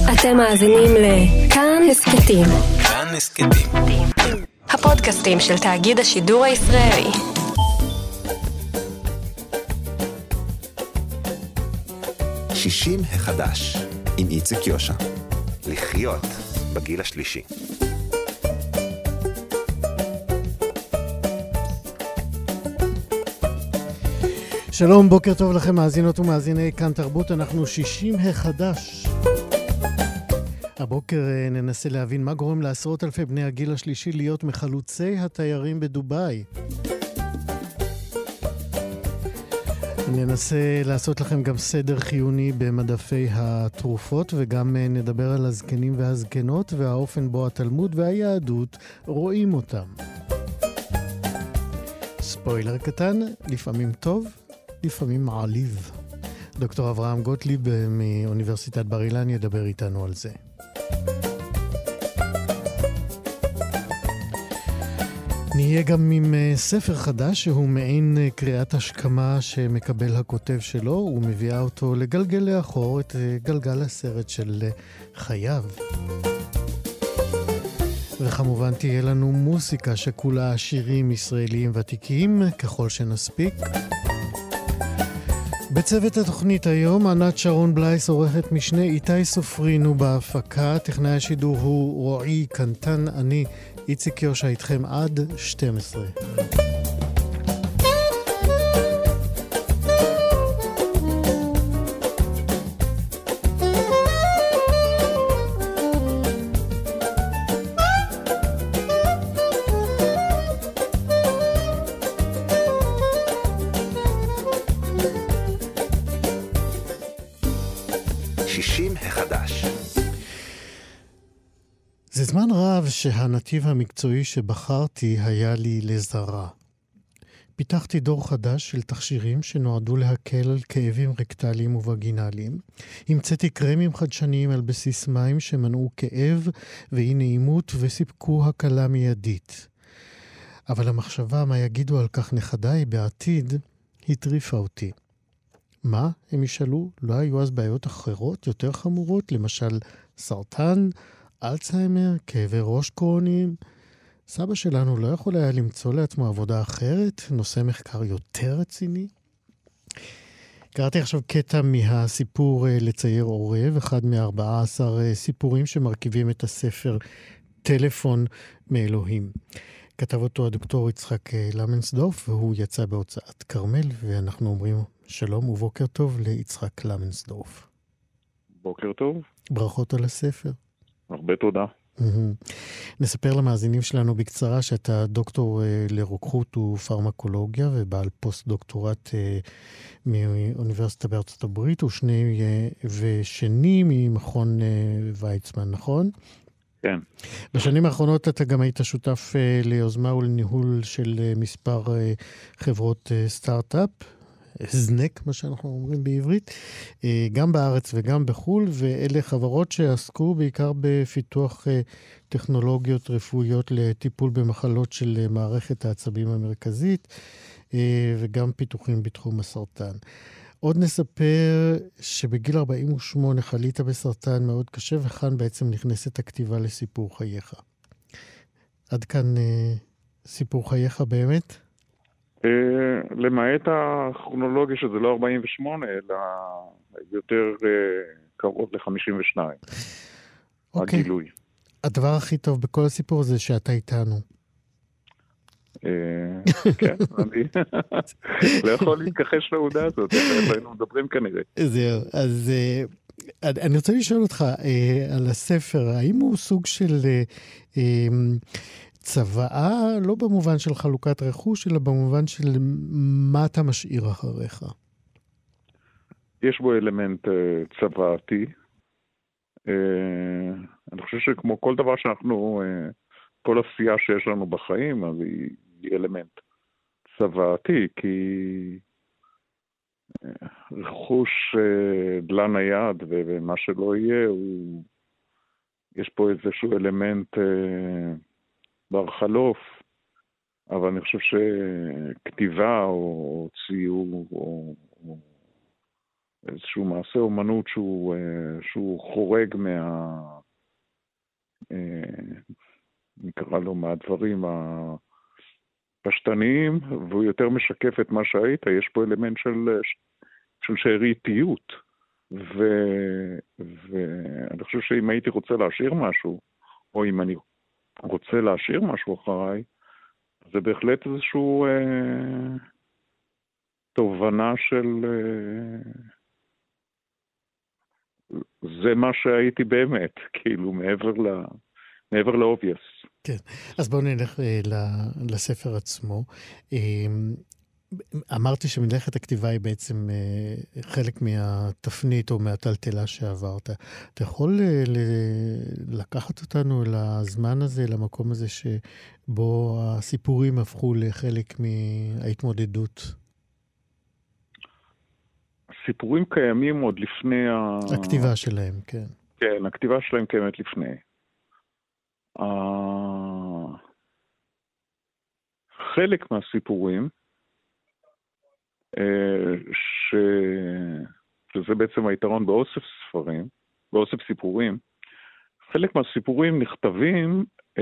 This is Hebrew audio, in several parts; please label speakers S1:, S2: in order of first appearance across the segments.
S1: אתם מאזינים לכאן הסכתים.
S2: כאן הסכתים.
S1: הפודקאסטים של תאגיד השידור הישראלי.
S2: שישים החדש עם איציק יושע. לחיות בגיל השלישי.
S3: שלום, בוקר טוב לכם מאזינות ומאזיני כאן תרבות, אנחנו 60 החדש. הבוקר ננסה להבין מה גורם לעשרות אלפי בני הגיל השלישי להיות מחלוצי התיירים בדובאי. ננסה לעשות לכם גם סדר חיוני במדפי התרופות, וגם נדבר על הזקנים והזקנות והאופן בו התלמוד והיהדות רואים אותם. ספוילר קטן, לפעמים טוב, לפעמים מעליב. דוקטור אברהם גוטליב מאוניברסיטת בר אילן ידבר איתנו על זה. נהיה גם עם ספר חדש שהוא מעין קריאת השכמה שמקבל הכותב שלו, הוא מביאה אותו לגלגל לאחור את גלגל הסרט של חייו. וכמובן תהיה לנו מוסיקה שכולה שירים ישראליים ותיקים ככל שנספיק. בצוות התוכנית היום ענת שרון בלייס, עורכת משנה, איתי סופרינו בהפקה, טכנאי השידור הוא רועי קנטן, אני איציק יושע איתכם עד 12. זה זמן רב שהנתיב המקצועי שבחרתי היה לי לזרע. פיתחתי דור חדש של תכשירים שנועדו להקל על כאבים רקטליים ווגינליים. המצאתי קרמים חדשניים על בסיס מים שמנעו כאב ואי נעימות וסיפקו הקלה מיידית. אבל המחשבה מה יגידו על כך נכדיי בעתיד הטריפה אותי. מה? הם ישאלו, לא היו אז בעיות אחרות יותר חמורות, למשל סרטן, אלצהיימר, כאבי ראש קרוניים? סבא שלנו לא יכול היה למצוא לעצמו עבודה אחרת, נושא מחקר יותר רציני? קראתי עכשיו קטע מהסיפור לצייר עורב, אחד מ14 סיפורים שמרכיבים את הספר טלפון מאלוהים. כתב אותו הדוקטור יצחק למנסדורף, והוא יצא בהוצאת כרמל, ואנחנו אומרים שלום ובוקר טוב ליצחק למנסדורף.
S4: בוקר טוב.
S3: ברכות על הספר.
S4: הרבה תודה.
S3: נספר למאזינים שלנו בקצרה שאתה דוקטור לרוקחות ופרמקולוגיה ובעל פוסט דוקטורט מאוניברסיטה בארצות הברית ושני ממכון ויצמן, נכון?
S4: כן.
S3: בשנים האחרונות אתה גם היית שותף ליוזמה ולניהול של מספר חברות סטארט-אפ, זנק, מה שאנחנו אומרים בעברית, גם בארץ וגם בחול, ואלה חברות שעסקו בעיקר בפיתוח טכנולוגיות רפואיות לטיפול במחלות של מערכת העצבים המרכזית, וגם פיתוחים בתחום הסרטן. עוד נספר שבגיל 48 חלית בסרטן מאוד קשה, וכאן בעצם נכנסת הכתיבה לסיפור חייך. עד כאן סיפור חייך באמת?
S4: למעט הכרונולוגיה שזה לא 48, אלא יותר קרוב ל-52.
S3: אוקיי.
S4: הגילוי.
S3: הדבר הכי טוב בכל הסיפור זה שאתה איתנו.
S4: כן, אני לא יכול להתכחש לעובדה הזאת, היינו מדברים כנראה.
S3: זהו, אז אני רוצה לשאול אותך על הספר, האם הוא סוג של צוואה, לא במובן של חלוקת רכוש, אלא במובן של מה אתה משאיר אחריך?
S4: יש בו אלמנט צוואתי. אני חושב שכמו כל דבר שאנחנו, כל עשייה שיש לנו בחיים, אז היא אלמנט צוואתי, כי רכוש דלן היד ומה שלא יהיה, יש פה איזשהו אלמנט בר חלוף, אבל אני חושב שכתיבה או ציור איזשהו מעשה אומנות שהוא חורג נקרא לו מהדברים הפשטניים, והוא יותר משקף את מה שהיית. יש פה אלמנט של שאריתיות, ואני חושב שאם הייתי רוצה להשאיר משהו, או אם אני רוצה להשאיר משהו אחריי, זה בהחלט איזשהו תובנה של זה מה שהייתי באמת, כאילו מעבר לאובייס.
S3: כן, אז בואו נלך לספר עצמו. אמרתי שמלאכת הכתיבה היא בעצם חלק מהתפנית או מהטלטלה שעברת. אתה יכול לקחת אותנו לזמן הזה, למקום הזה שבו הסיפורים הפכו לחלק מההתמודדות?
S4: הסיפורים קיימים עוד לפני
S3: הכתיבה שלהם, כן.
S4: כן, הכתיבה שלהם קיימת לפני. חלק מהסיפורים, שזה בעצם היתרון באוסף סיפורים, חלק מהסיפורים נכתבים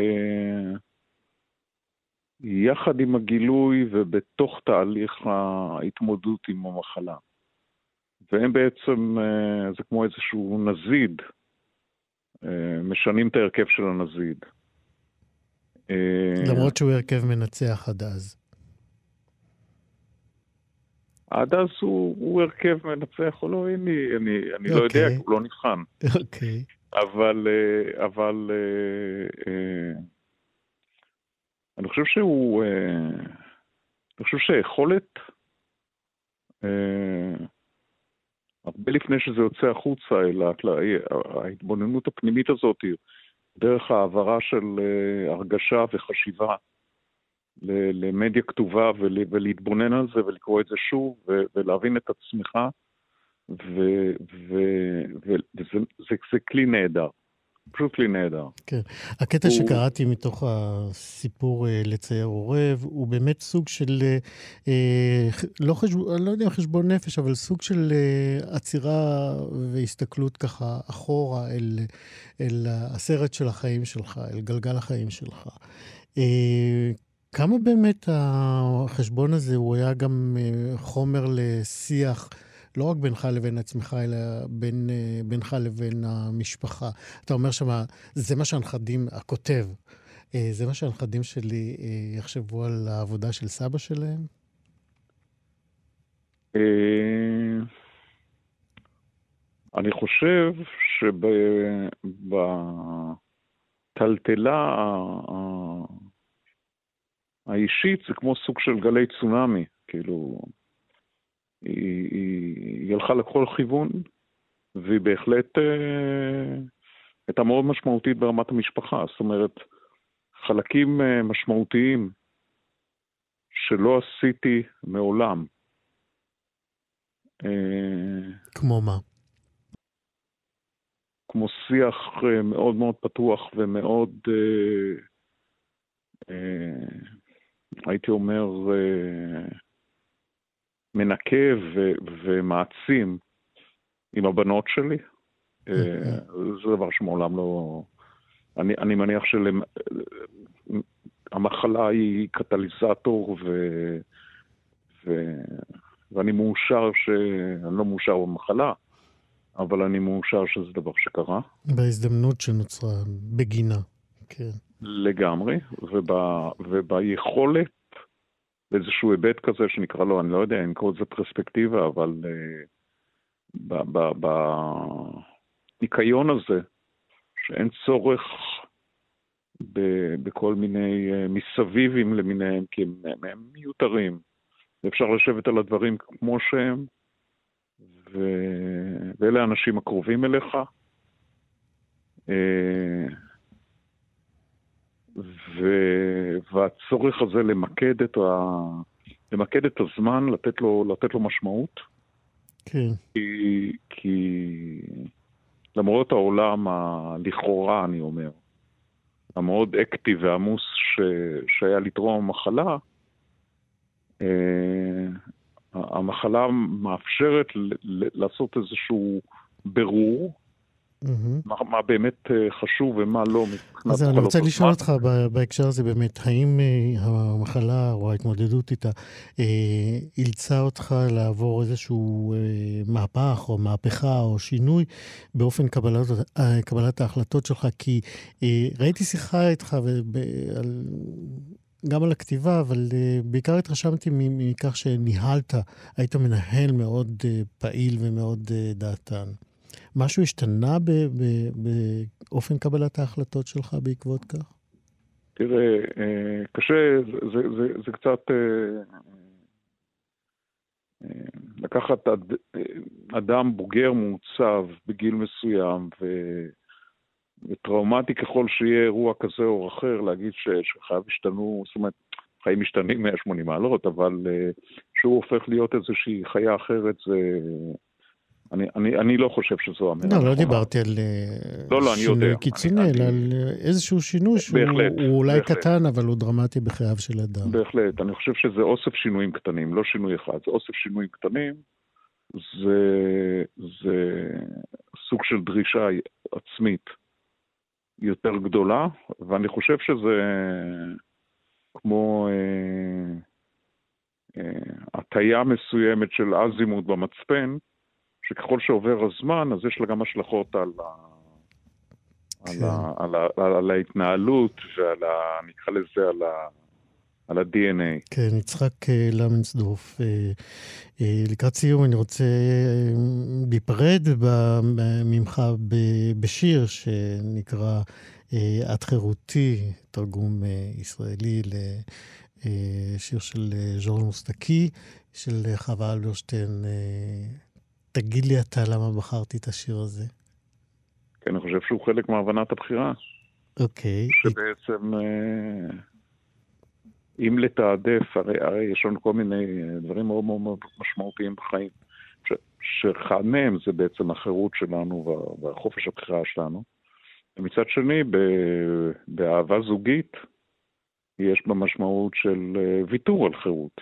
S4: יחד עם הגילוי ובתוך תהליך ההתמודדות עם המחלה. והם בעצם, זה כמו איזשהו נזיד, משנים את ההרכב של הנזיד.
S3: למרות שהוא הרכב מנצח עד אז.
S4: עד אז הוא הרכב מנצח או לא, אני לא יודע, כי הוא לא נבחן.
S3: אוקיי.
S4: אבל אני חושב שהיכולת, הרבה לפני שזה יוצא החוצה, אלא ההתבוננות הפנימית הזאת, דרך העברה של הרגשה וחשיבה למדיה כתובה, ולהתבונן על זה ולקרוא את זה שוב, ולהבין את עצמך, וזה כלי נהדר. פשוט כלי נהדר.
S3: כן. הקטע שקראתי מתוך הסיפור לצייר עורב, הוא באמת סוג של, לא יודע חשבון נפש, אבל סוג של עצירה והסתכלות ככה אחורה אל הסרט של החיים שלך, אל גלגל החיים שלך. כמה באמת החשבון הזה הוא היה גם חומר לשיח, לא רק בינך לבין עצמך, אלא בינך לבין המשפחה. אתה אומר שמה, זה מה שהנכדים, הכותב, זה מה שהנכדים שלי יחשבו על העבודה של סבא שלהם?
S4: אני חושב שבטלטלה האישית זה כמו סוג של גלי צונאמי, כאילו היא הלכה לכל כיוון, והיא בהחלט הייתה מאוד משמעותית ברמת המשפחה. זאת אומרת, חלקים משמעותיים שלא עשיתי מעולם.
S3: כמו מה?
S4: כמו שיח מאוד מאוד פתוח ומאוד, הייתי אומר, מנקה ומעצים עם הבנות שלי. זה דבר שמעולם לא... אני מניח שהמחלה היא קטליזטור, ואני מאושר אני לא מאושר במחלה, אבל אני מאושר שזה דבר שקרה.
S3: בהזדמנות שנוצרה בגינה, כן. לגמרי,
S4: וביכולת, באיזשהו היבט כזה שנקרא לו, אני לא יודע, אין כל זה פרספקטיבה, אבל בניקיון הזה, שאין צורך בכל מיני מסביבים למיניהם, כי הם מיותרים. אפשר לשבת על הדברים כמו שהם, ואלה האנשים הקרובים אליך. והצורך הזה למקד את הזמן, לתת לו משמעות.
S3: כן.
S4: כי למרות העולם לכאורה, אני אומר, המאוד אקטיב ועמוס שהיה לתרום המחלה, המחלה מאפשרת לעשות איזשהו ברור, מה באמת חשוב ומה לא.
S3: אז אני רוצה לשאול אותך בהקשר הזה באמת, האם המחלה או ההתמודדות איתה אילצה אותך לעבור איזשהו מהפך או מהפכה או שינוי באופן קבלת ההחלטות שלך? כי ראיתי שיחה איתך גם על הכתיבה, אבל בעיקר התרשמתי מכך שניהלת, היית מנהל מאוד פעיל ומאוד דעתן. משהו השתנה באופן קבלת ההחלטות שלך בעקבות כך?
S4: תראה, קשה, זה קצת לקחת אדם בוגר מעוצב בגיל מסוים וטראומטי ככל שיהיה אירוע כזה או אחר, להגיד שחייו השתנו, זאת אומרת, חיים משתנים 180 מעלות, אבל שהוא הופך להיות איזושהי חיה אחרת, זה... אני לא חושב שזו אמירה.
S3: לא דיברתי על שינוי קיצוני, אלא על איזשהו שינוי שהוא אולי קטן, אבל הוא דרמטי בחייו של אדם.
S4: בהחלט, אני חושב שזה אוסף שינויים קטנים, לא שינוי אחד, זה אוסף שינויים קטנים, זה סוג של דרישה עצמית יותר גדולה, ואני חושב שזה כמו הטיה מסוימת של אזימות במצפן, שככל שעובר הזמן, אז יש לה גם השלכות על ההתנהלות ועל נקרא לזה, על ה-DNA.
S3: כן, יצחק למנסדורף. לקראת סיום אני רוצה להיפרד ממך בשיר שנקרא את חירותי, תרגום ישראלי לשיר של ז'ורז' מוסטקי, של חווה אלברשטיין. תגיד לי אתה למה בחרתי את השיר הזה.
S4: כן, אני חושב שהוא חלק מהבנת הבחירה.
S3: אוקיי. שבעצם,
S4: אם לתעדף, הרי יש לנו כל מיני דברים מאוד מאוד משמעותיים בחיים, שאחד מהם זה בעצם החירות שלנו והחופש הבחירה שלנו. ומצד שני, באהבה זוגית, יש בה משמעות של ויתור על חירות.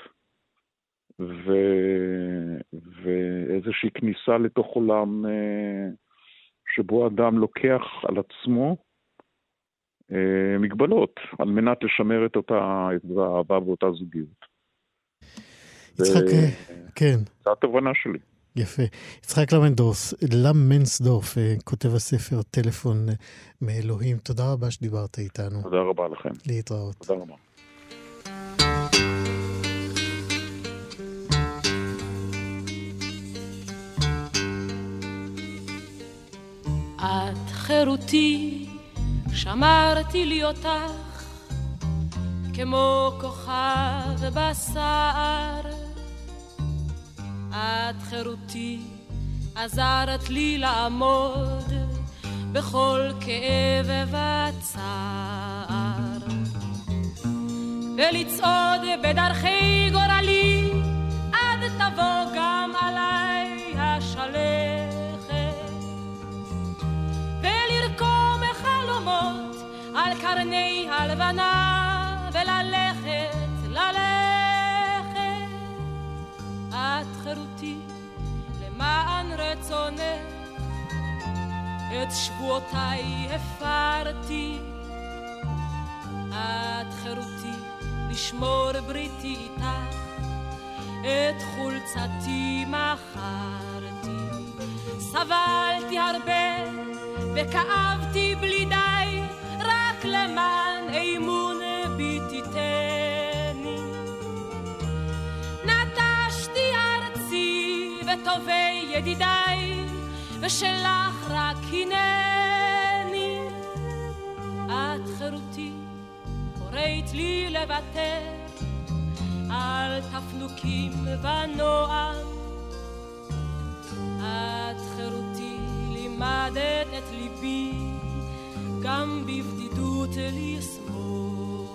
S4: ואיזושהי כניסה לתוך עולם שבו אדם לוקח על עצמו מגבלות על מנת לשמר את אותה אהבה ואותה זוגיות.
S3: יצחק, כן.
S4: זו התובנה שלי.
S3: יפה. יצחק למנסדורף, כותב הספר טלפון מאלוהים. תודה רבה שדיברת איתנו.
S4: תודה רבה לכם.
S3: להתראות.
S4: תודה רבה.
S5: את חירותי, שמרתי לי אותך כמו כוכב בסער. את חירותי, עזרת לי לעמוד בכל כאב וצער ולצעוד בדרכי גורלי עד תבוא גם עליי השלכת ולרקום חלומות על קרני הלבנה וללכת את חירותי למען רצונך את שבועותיי הפרתי. את חירותי לשמור בריתי איתך את חולצתי מכרתי. סבלתי הרבה וכאבתי בלי די רק למען אמון בי תיתני. נטשתי ארצי וטובי ידידיי ושלך רק הנני. את חירותי קוראת לי לוותר על תפנוקים ונועם. את חירותי לימדת את ליבי גם בבדידות לשמוח.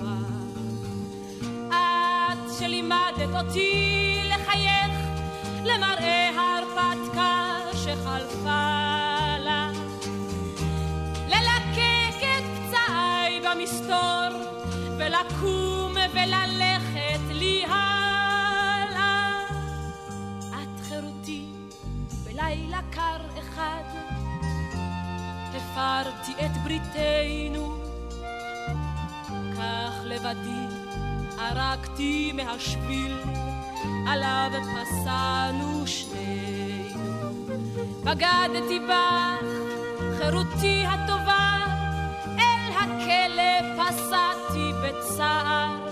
S5: את שלימדת אותי לחייך למראה הרפתקה שחלפה לה, ללקק את פצעיי במסתור ולקום וללכת לי הלאה. הפרתי את בריתנו, כך לבדי ערקתי מהשביל, עליו פסענו שנינו. בגדתי בך, חירותי הטובה, אל הכלא פסעתי בצער,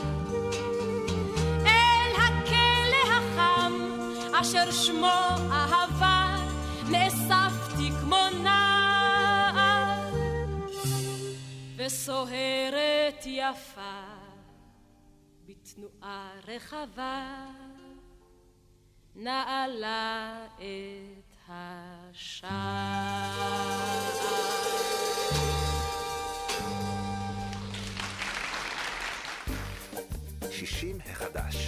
S5: אל הכלא החם, אשר שמו אהבה, נאספתי כמו נער, וסוהרת יפה, בתנועה רחבה, נעלה את השער.
S2: 60 החדש.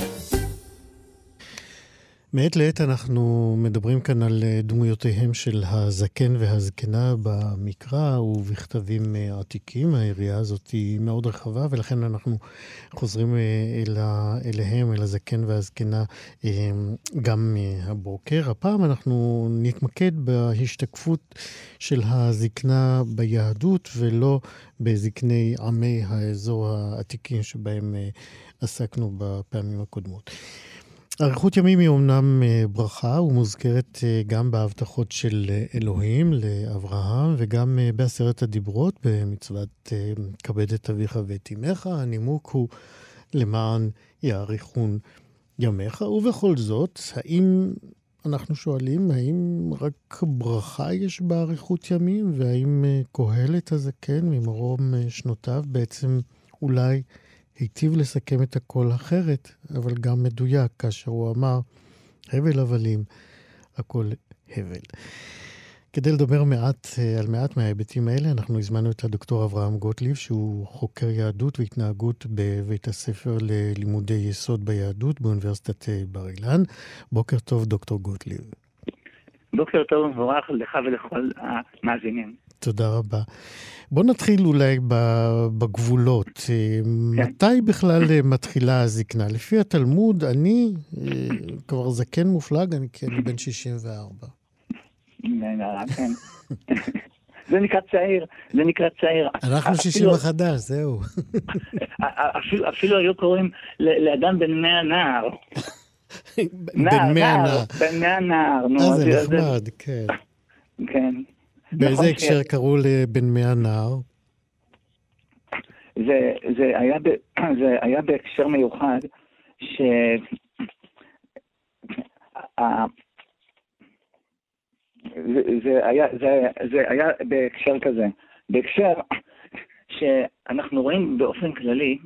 S3: מעת לעת אנחנו מדברים כאן על דמויותיהם של הזקן והזקנה במקרא ובכתבים עתיקים. היריעה הזאת היא מאוד רחבה, ולכן אנחנו חוזרים אליהם, אל הזקן והזקנה, גם הבוקר. הפעם אנחנו נתמקד בהשתקפות של הזקנה ביהדות, ולא בזקני עמי האזור העתיקים שבהם עסקנו בפעמים הקודמות. אריכות ימים היא אומנם ברכה ומוזכרת גם בהבטחות של אלוהים לאברהם וגם בעשרת הדיברות במצוות כבד את אביך ואת אמך. הנימוק הוא למען יאריכון ימיך. ובכל זאת, אנחנו שואלים, האם רק ברכה יש באריכות ימים, והאם קהלת הזקן ממרום שנותיו בעצם אולי היטיב לסכם את הכל אחרת, אבל גם מדויק, כאשר הוא אמר, הבל הבלים, הכל הבל. כדי לדבר על מעט מההיבטים האלה, אנחנו הזמנו את הדוקטור אברהם גוטליב, שהוא חוקר יהדות והתנהגות בבית הספר ללימודי יסוד ביהדות באוניברסיטת בר אילן. בוקר טוב, דוקטור גוטליב.
S6: בוקר טוב ומבורך לך ולכל המאזינים.
S3: תודה רבה. בוא נתחיל אולי בגבולות. מתי בכלל מתחילה הזקנה? לפי התלמוד, אני כבר זקן מופלג, אני בן 64.
S6: כן. זה נקרא צעיר.
S3: אנחנו 60 החדש, זהו.
S6: אפילו היו קוראים לאדם בן 100 נער.
S3: בן 100 נער.
S6: בן 100 נער.
S3: זה נחמד, כן.
S6: כן.
S3: באיזה הקשר קראו לבן 100 נער?
S6: זה היה בהקשר מיוחד, זה היה בהקשר כזה, בהקשר שאנחנו רואים באופן כללי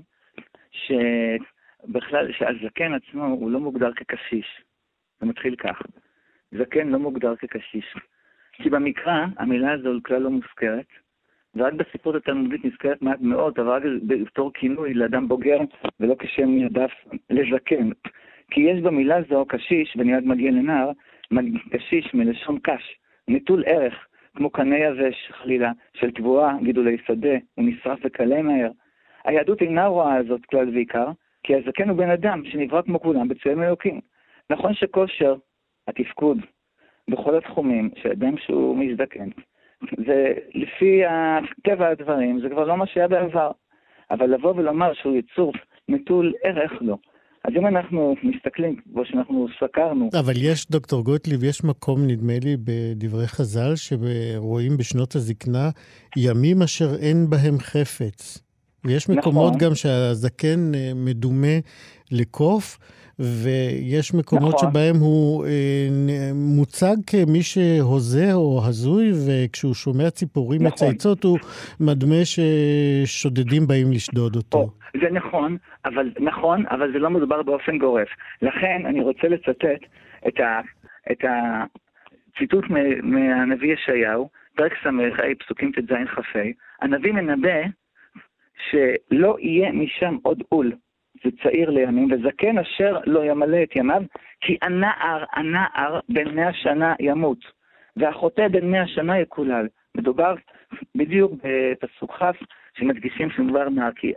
S6: שבכלל שהזקן עצמו הוא לא מוגדר כקשיש. זה מתחיל כך, זקן לא מוגדר כקשיש. כי במקרא המילה הזו כלל לא מוזכרת, ורק בספרות התלמודית נזכרת מעט מאוד, אבל רק בתור כינוי לאדם בוגר ולא כשם נרדף לזקן. כי יש במילה זו קשיש, ומיד מגיע לנער, קשיש מלשון קש, נטול ערך, כמו קנה יבש חלילה, של תבואה, גידולי שדה, הוא נשרף וקלה מהר. היהדות אינה רואה זאת כלל ועיקר, כי הזקן הוא בן אדם שנברא כמו כולם בצלם אלוקים. נכון שכושר, התפקוד, בכל התחומים שאדם שהוא מזדקן, זה לפי טבע הדברים, זה כבר לא מה שהיה בעבר. אבל לבוא ולומר שהוא יצור נטול ערך לא. אז אם אנחנו מסתכלים, כמו שאנחנו סקרנו... אבל
S3: יש, דוקטור גוטליב, יש מקום, נדמה לי, בדברי חז"ל, שרואים בשנות הזקנה ימים אשר אין בהם חפץ. ויש מקומות גם שהזקן מדומה לקוף, ויש מקומות שבהם הוא מוצג כמי שהוזה או הזוי, וכשהוא שומע ציפורים מצייצות, הוא מדמה ששודדים באים לשדוד אותו.
S6: זה נכון, אבל זה לא מדובר באופן גורף. לכן אני רוצה לצטט את הציטוט מהנביא ישעיהו, פרק סמך, פסוקים ט"ז כ"ה. הנביא מנבא שלא יהיה משם עוד עול. זה צעיר לימים, וזקן אשר לא ימלא את ימיו, כי הנער בן 100 שנה ימות, והחוטא בן 100 שנה יקולל. מדובר בדיוק בפסוק כ' שמדגישים שמדובר נער, כי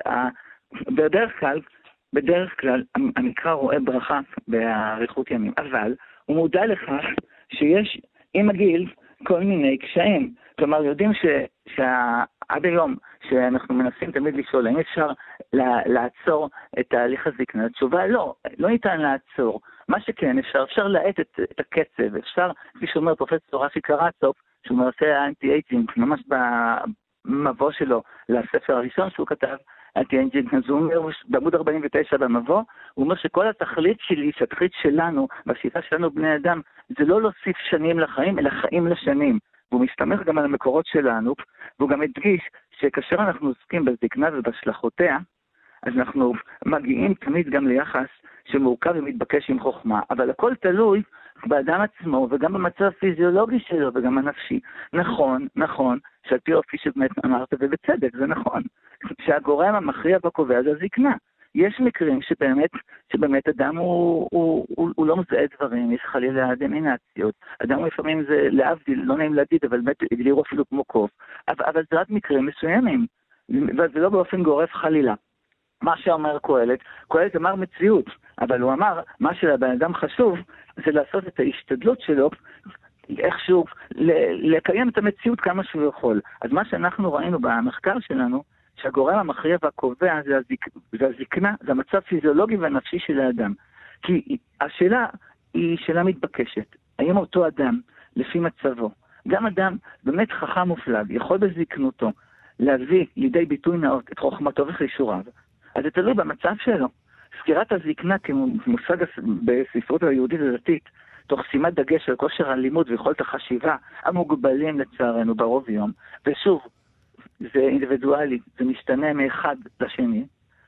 S6: בדרך כלל המקרא רואה ברכה באריכות ימים, אבל הוא מודע לכך שיש עם הגיל כל מיני קשיים, כלומר, יודעים שעד היום שאנחנו מנסים תמיד לשאול, האם אפשר לעצור את תהליך הזקנה? התשובה לא ניתן לעצור. מה שכן, אפשר להאט את הקצב, אפשר, כפי שאומר פרופסור רפי קרצוב, שהוא מרצה האנטי-אייג'ינג, ממש במבוא שלו לספר הראשון שהוא כתב, אנטי-אייג'ינג, אז הוא אומר, בעמוד 49 במבוא, הוא אומר שכל התכלית שלי, שהתכלית שלנו, בשיטה שלנו בני אדם, זה לא להוסיף שנים לחיים, אלא חיים לשנים. והוא מסתמך גם על המקורות שלנו, והוא גם הדגיש שכאשר אנחנו עוסקים בזקנה ובהשלכותיה, אז אנחנו מגיעים תמיד גם ליחס שמורכב ומתבקש עם חוכמה, אבל הכל תלוי באדם עצמו וגם במצב הפיזיולוגי שלו וגם הנפשי. נכון, שעל פי אופי שבאמת אמרת, ובצדק, זה נכון, שהגורם המכריע בקובע זה הזקנה. יש מקרים שבאמת אדם הוא לא מזהה דברים, יש חלילה דמינציות. אדם לפעמים זה להבדיל, לא נעים להגיד, אבל באמת הגדירו אפילו כמו קוף. אבל זה רק מקרים מסוימים, וזה לא באופן גורף חלילה. מה שאומר קהלת אמר מציאות, אבל הוא אמר, מה שלבן אדם חשוב, זה לעשות את ההשתדלות שלו, איכשהו לקיים את המציאות כמה שהוא יכול. אז מה שאנחנו ראינו במחקר שלנו, שהגורם המכריע והקובע זה הזקנה, זה המצב פיזיולוגי והנפשי של האדם. כי השאלה היא שאלה מתבקשת. האם אותו אדם, לפי מצבו, גם אדם באמת חכם מופלג, יכול בזקנותו להביא לידי ביטוי נאות את חוכמתו וחישוריו, אז זה תלוי במצב שלו. סקירת הזקנה כמושג בספרות היהודית הדתית, תוך שימת דגש על כושר הלימוד ויכולת החשיבה, המוגבלים לצערנו ברוב יום, ושוב, זה אינדיבידואלי, זה משתנה מאחד לשני,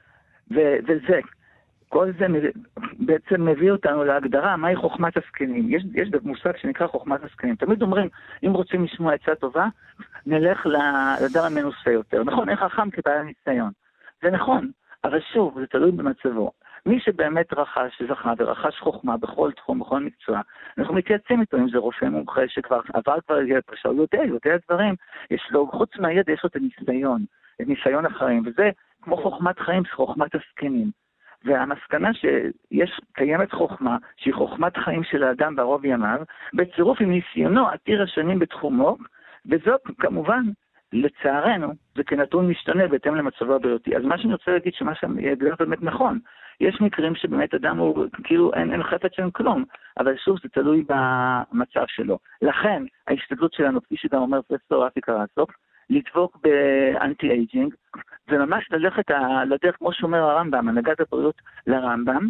S6: וזה, כל זה בעצם מביא אותנו להגדרה, מהי חוכמת הזקנים. יש מושג שנקרא חוכמת הזקנים. תמיד אומרים, אם רוצים לשמוע עצה טובה, נלך לאדם המנוסה יותר. נכון, אין חכם כבעל ניסיון. זה נכון, אבל שוב, זה תלוי במצבו. מי שבאמת זכה ורכש חוכמה בכל תחום, בכל מקצוע, אנחנו מתייעצים איתו, אם זה רופא מומחה שכבר עבר כבר פרשה, הוא יודע דברים, יש לו, חוץ מהידע, יש לו את הניסיון, את ניסיון החיים, וזה כמו חוכמת חיים, חוכמת הזקנים. והמסקנה קיימת חוכמה, שהיא חוכמת חיים של האדם בערוב ימיו, בצירוף עם ניסיונו עתיר השנים בתחומו, וזאת כמובן, לצערנו, זה כנתון משתנה בהתאם למצבו הבריאותי. אז מה שאני רוצה להגיד שמה שהגדיר באמת נכון, יש מקרים שבאמת אדם הוא כאילו אין חפץ של כלום, אבל שוב זה תלוי במצב שלו. לכן ההשתדלות שלנו, כפי שגם אומר פרופסור רפי קרצוב, לדבוק באנטי-אייג'ינג, וממש ללכת לדרך, כמו שאומר הרמב"ם, הנהגת הבריאות לרמב"ם,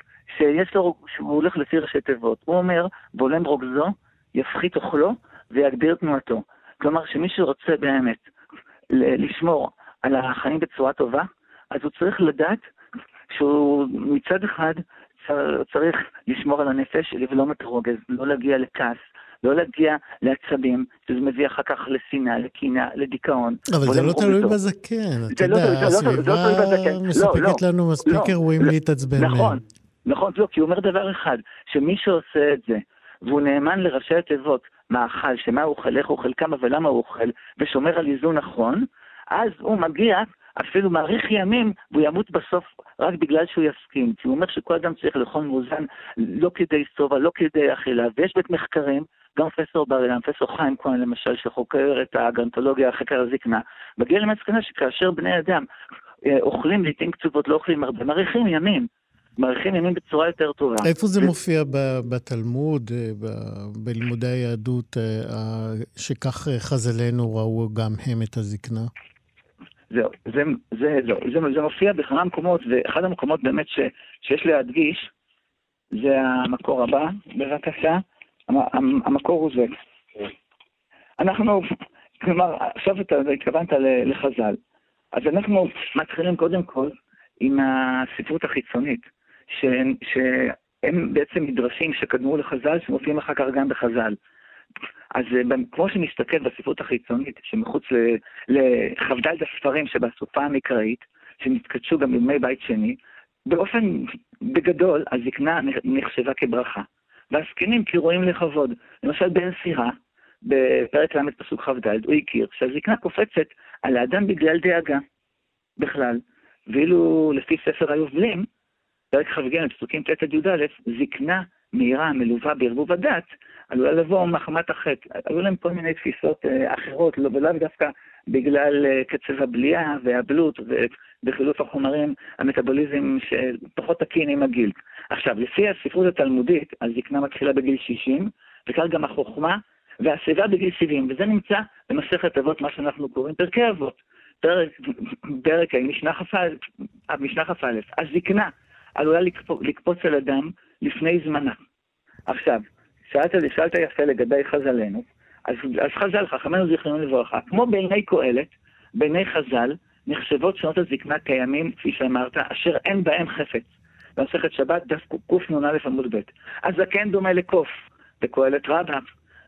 S6: שהוא הולך לפי ראשי תיבות. הוא אומר, בולם רוגזו, יפחית אוכלו ויגביר תנועתו. כלומר, שמי שרוצה באמת לשמור על החיים בצורה טובה, אז הוא צריך לדעת שהוא מצד אחד צריך לשמור על הנפש, לבלום את הרוגז, לא להגיע לכעס, לא להגיע לעצבים, שזה מביא אחר כך לשנאה, לקינה, לדיכאון.
S3: אבל זה לא תלוי בזקן, אתה יודע, הסביבה מספקת לנו מספיק אירועים להתעצבן מהם.
S6: נכון, כי הוא אומר דבר אחד, שמי שעושה את זה, והוא נאמן לראשי התיבות, מה אכל, שמה הוא אוכל, איך הוא אוכל, כמה ולמה הוא אוכל, ושומר על איזון נכון, אז הוא מגיע, אפילו מעריך ימים, והוא ימות בסוף רק בגלל שהוא יסכים. כי הוא אומר שכל אדם צריך לאכול מאוזן, לא כדי סובה, לא כדי אכילה, ויש בית מחקרים, גם פרופסור בר אילן, פרופסור חיים כהן למשל, שחוקר את הגרנטולוגיה, חקר הזקנה, מגיע למסקנה שכאשר בני אדם אוכלים לעתים קצובות, לא אוכלים הרבה, מעריכים ימים בצורה יותר טובה.
S3: איפה זה מופיע בתלמוד, בלימודי היהדות, שכך חז"לינו ראו גם הם את הזקנה?
S6: זה מופיע בכמה מקומות, ואחד המקומות באמת שיש להדגיש, זה המקור הבא, בבקשה. המקור הוא זה. אנחנו, כלומר, עכשיו אתה התכוונת לחז"ל. אז אנחנו מתחילים קודם כל עם הספרות החיצונית, שהם בעצם מדרשים שקדמו לחז"ל, שמופיעים אחר כך גם בחז"ל. אז כמו שנסתכל בספרות החיצונית, שמחוץ לחבדלת הספרים שבסופה המקראית, שנתקדשו גם בימי בית שני, באופן בגדול, הזקנה נחשבה כברכה. והזקנים כראויים לכבוד. למשל בן סירה, בפרק ל' פסוק כ"ד, הוא הכיר שהזקנה קופצת על האדם בגלל דאגה בכלל. ואילו לפי ספר היובלים, פרק כ"ג פסוקים ט' עד י"א, זקנה מהירה, מלווה בערבוב הדת, עלולה לבוא מחמת החטא. עלו להם כל מיני תפיסות אחרות, ולא דווקא בגלל קצב הבליעה והבלות וחילוף החומרים, המטאבוליזם שפחות תקין עם הגיל. עכשיו, לפי הספרות התלמודית, הזקנה מתחילה בגיל 60, וכך גם החוכמה והשיבה בגיל 70, וזה נמצא במסכת אבות, מה שאנחנו קוראים פרקי אבות. פרק משנה כ"א. הזקנה עלולה לקפוץ על אדם לפני זמנה. עכשיו, שאלת יפה לגבי חז"לנו, אז חז"ל, חכמינו זיכרונם לברכה, כמו בעיני קהלת, בעיני חז"ל, נחשבות שנות הזקנה קיימים, כפי שאמרת, אשר אין בהם חפץ. במסכת שבת, דף קנ"א עמוד ב'. הזקן דומה לקוף, בקהלת רבה,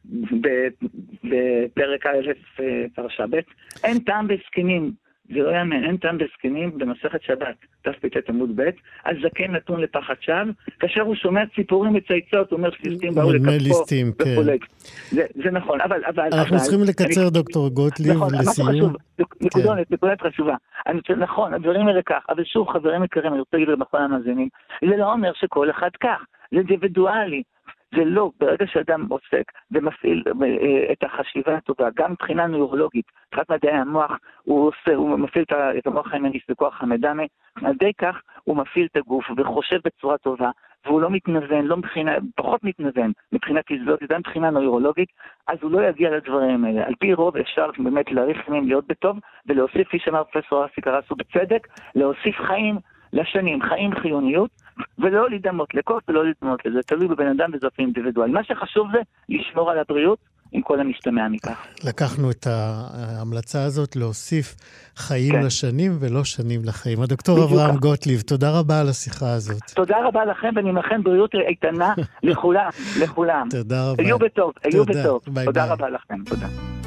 S6: בפרק א' פרשה ב'. אין טעם בזקנים, זה לא יאמן, אין טעם בזקנים במסכת שבת, דף פ"ט עמוד ב'. הזקן נתון לפחד שווא, כאשר הוא שומע ציפורים מצייצות, הוא אומר שליסטים באו לקפו וכולי. זה נכון, אבל...
S3: אנחנו צריכים לקצר, דוקטור גוטליב, לסיום.
S6: נקודת חשובה. נכון, הדברים האלה כך, אבל שוב, חברים יקרים, אני רוצה להגיד למכון המאזינים, זה לא אומר שכל אחד כך, זה אינדיבידואלי. זה לא, ברגע שאדם עוסק ומפעיל את החשיבה הטובה, גם מבחינה נוירולוגית, מבחינת מדעי המוח, הוא מפעיל את המוח הימני, זה כוח המדמה, על ידי כך הוא מפעיל את הגוף וחושב בצורה טובה, והוא לא מתנוון, פחות מתנוון מבחינה פיזיולוגית, גם מבחינה נוירולוגית, אז הוא לא יגיע לדברים האלה. על פי רוב אפשר באמת להאריך ימים, להיות בטוב, ולהוסיף, כפי שאמר פרופסור אסי קרסו בצדק, להוסיף חיים לשנים, חיים חיוניות, ולא להידמות לקוף ולא להידמות לזה, תלוי בבן אדם וזאת אינדיבידואל. מה שחשוב זה לשמור על הבריאות עם כל המשתמע מכך.
S3: לקחנו את ההמלצה הזאת להוסיף חיים לשנים ולא שנים לחיים. הדוקטור אברהם גוטליב, תודה רבה על השיחה הזאת.
S6: תודה רבה לכם, ואני מאחל בריאות איתנה לכולם.
S3: תודה רבה.
S6: היו בטוב.
S3: ביי
S6: תודה
S3: ביי.
S6: רבה לכם, תודה.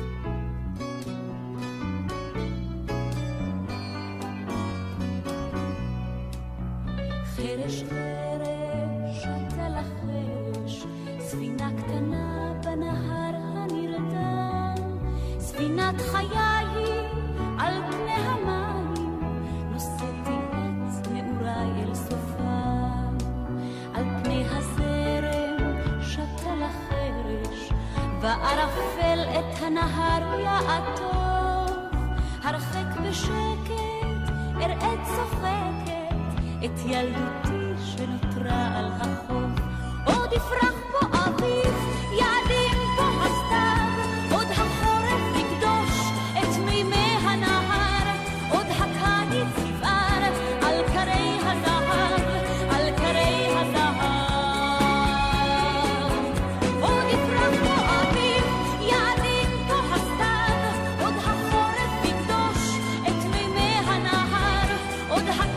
S5: חרש חרש, אתה לחרש, ספינה קטנה בנהר הנרדם, ספינת חיי על פני המים, נושאתי את נעוריי אל סופם, על פני הזרם שתה לחרש, וערפל את הנהר יעטוף, הרחק בשקט, אראה צוחקת, את ילדותי שנותרה על החוף, עוד יפרח פה אביב, יעדים פה הסתיו, עוד החורף יקדוש את מימי הנהר, עוד הקיץ יבער על קרי הזהב, על קרי הזהב. עוד יפרח פה אביב, יעדים פה הסתיו, עוד החורף יקדוש את מימי הנהר, עוד הקיץ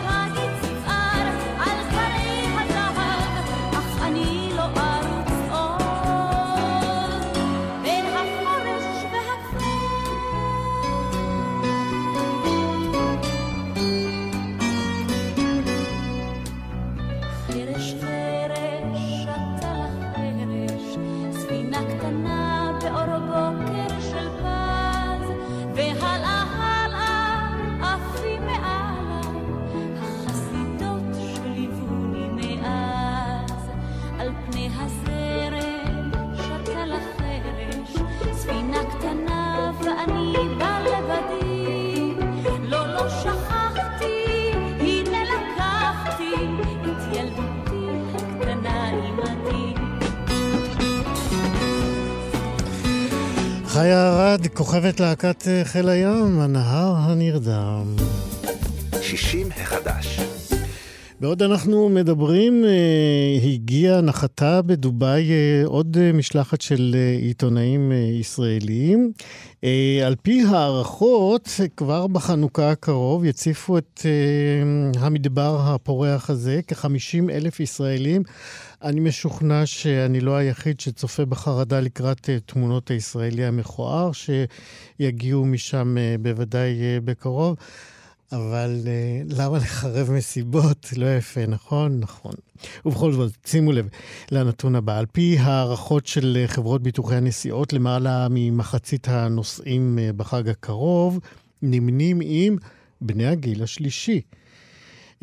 S3: חיה ארד, כוכבת להקת חיל הים, הנהר הנרדם.
S2: 60 החדש.
S3: בעוד אנחנו מדברים, נחתה בדוביי עוד משלחת של עיתונאים ישראלים. על פי הערכות, כבר בחנוכה הקרוב יציפו את המדבר הפורח הזה, כ-50,000 ישראלים. אני משוכנע שאני לא היחיד שצופה בחרדה לקראת תמונות הישראלי המכוער, שיגיעו משם בוודאי בקרוב. אבל למה לחרב מסיבות? לא יפה, נכון? נכון. ובכל זאת, שימו לב לנתון הבא. על פי הערכות של חברות ביטוחי הנסיעות, למעלה ממחצית הנוסעים בחג הקרוב נמנים עם בני הגיל השלישי.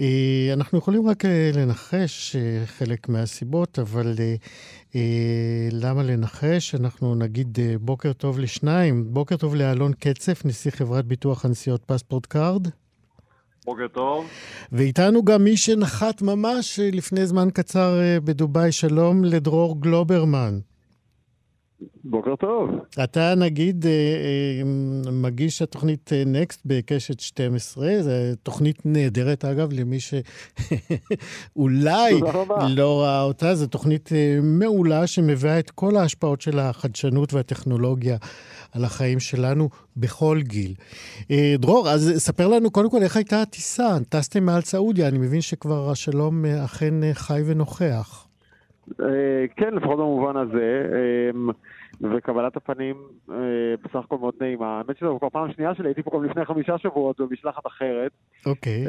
S3: אנחנו יכולים רק לנחש חלק מהסיבות, אבל למה לנחש? אנחנו נגיד בוקר טוב לשניים. בוקר טוב לאלון קצף, נשיא חברת ביטוח הנסיעות פספורט קארד.
S7: בוקר טוב.
S3: ואיתנו גם מי שנחת ממש לפני זמן קצר בדוביי, שלום לדרור גלוברמן.
S7: בוקר טוב.
S3: אתה נגיד מגיש התוכנית נקסט בקשת 12, זו תוכנית נהדרת אגב, למי שאולי לא ראה אותה, זו תוכנית מעולה שמביאה את כל ההשפעות של החדשנות והטכנולוגיה על החיים שלנו בכל גיל. דרור, אז ספר לנו קודם כל איך הייתה הטיסה, טסתם מעל סעודיה, אני מבין שכבר השלום אכן חי ונוכח.
S7: כן, לפחות במובן הזה, וקבלת הפנים בסך הכל מאוד נעימה. האמת שזו כבר פעם שנייה שלי, הייתי פה גם לפני 5 שבועות במשלחת אחרת.
S3: אוקיי.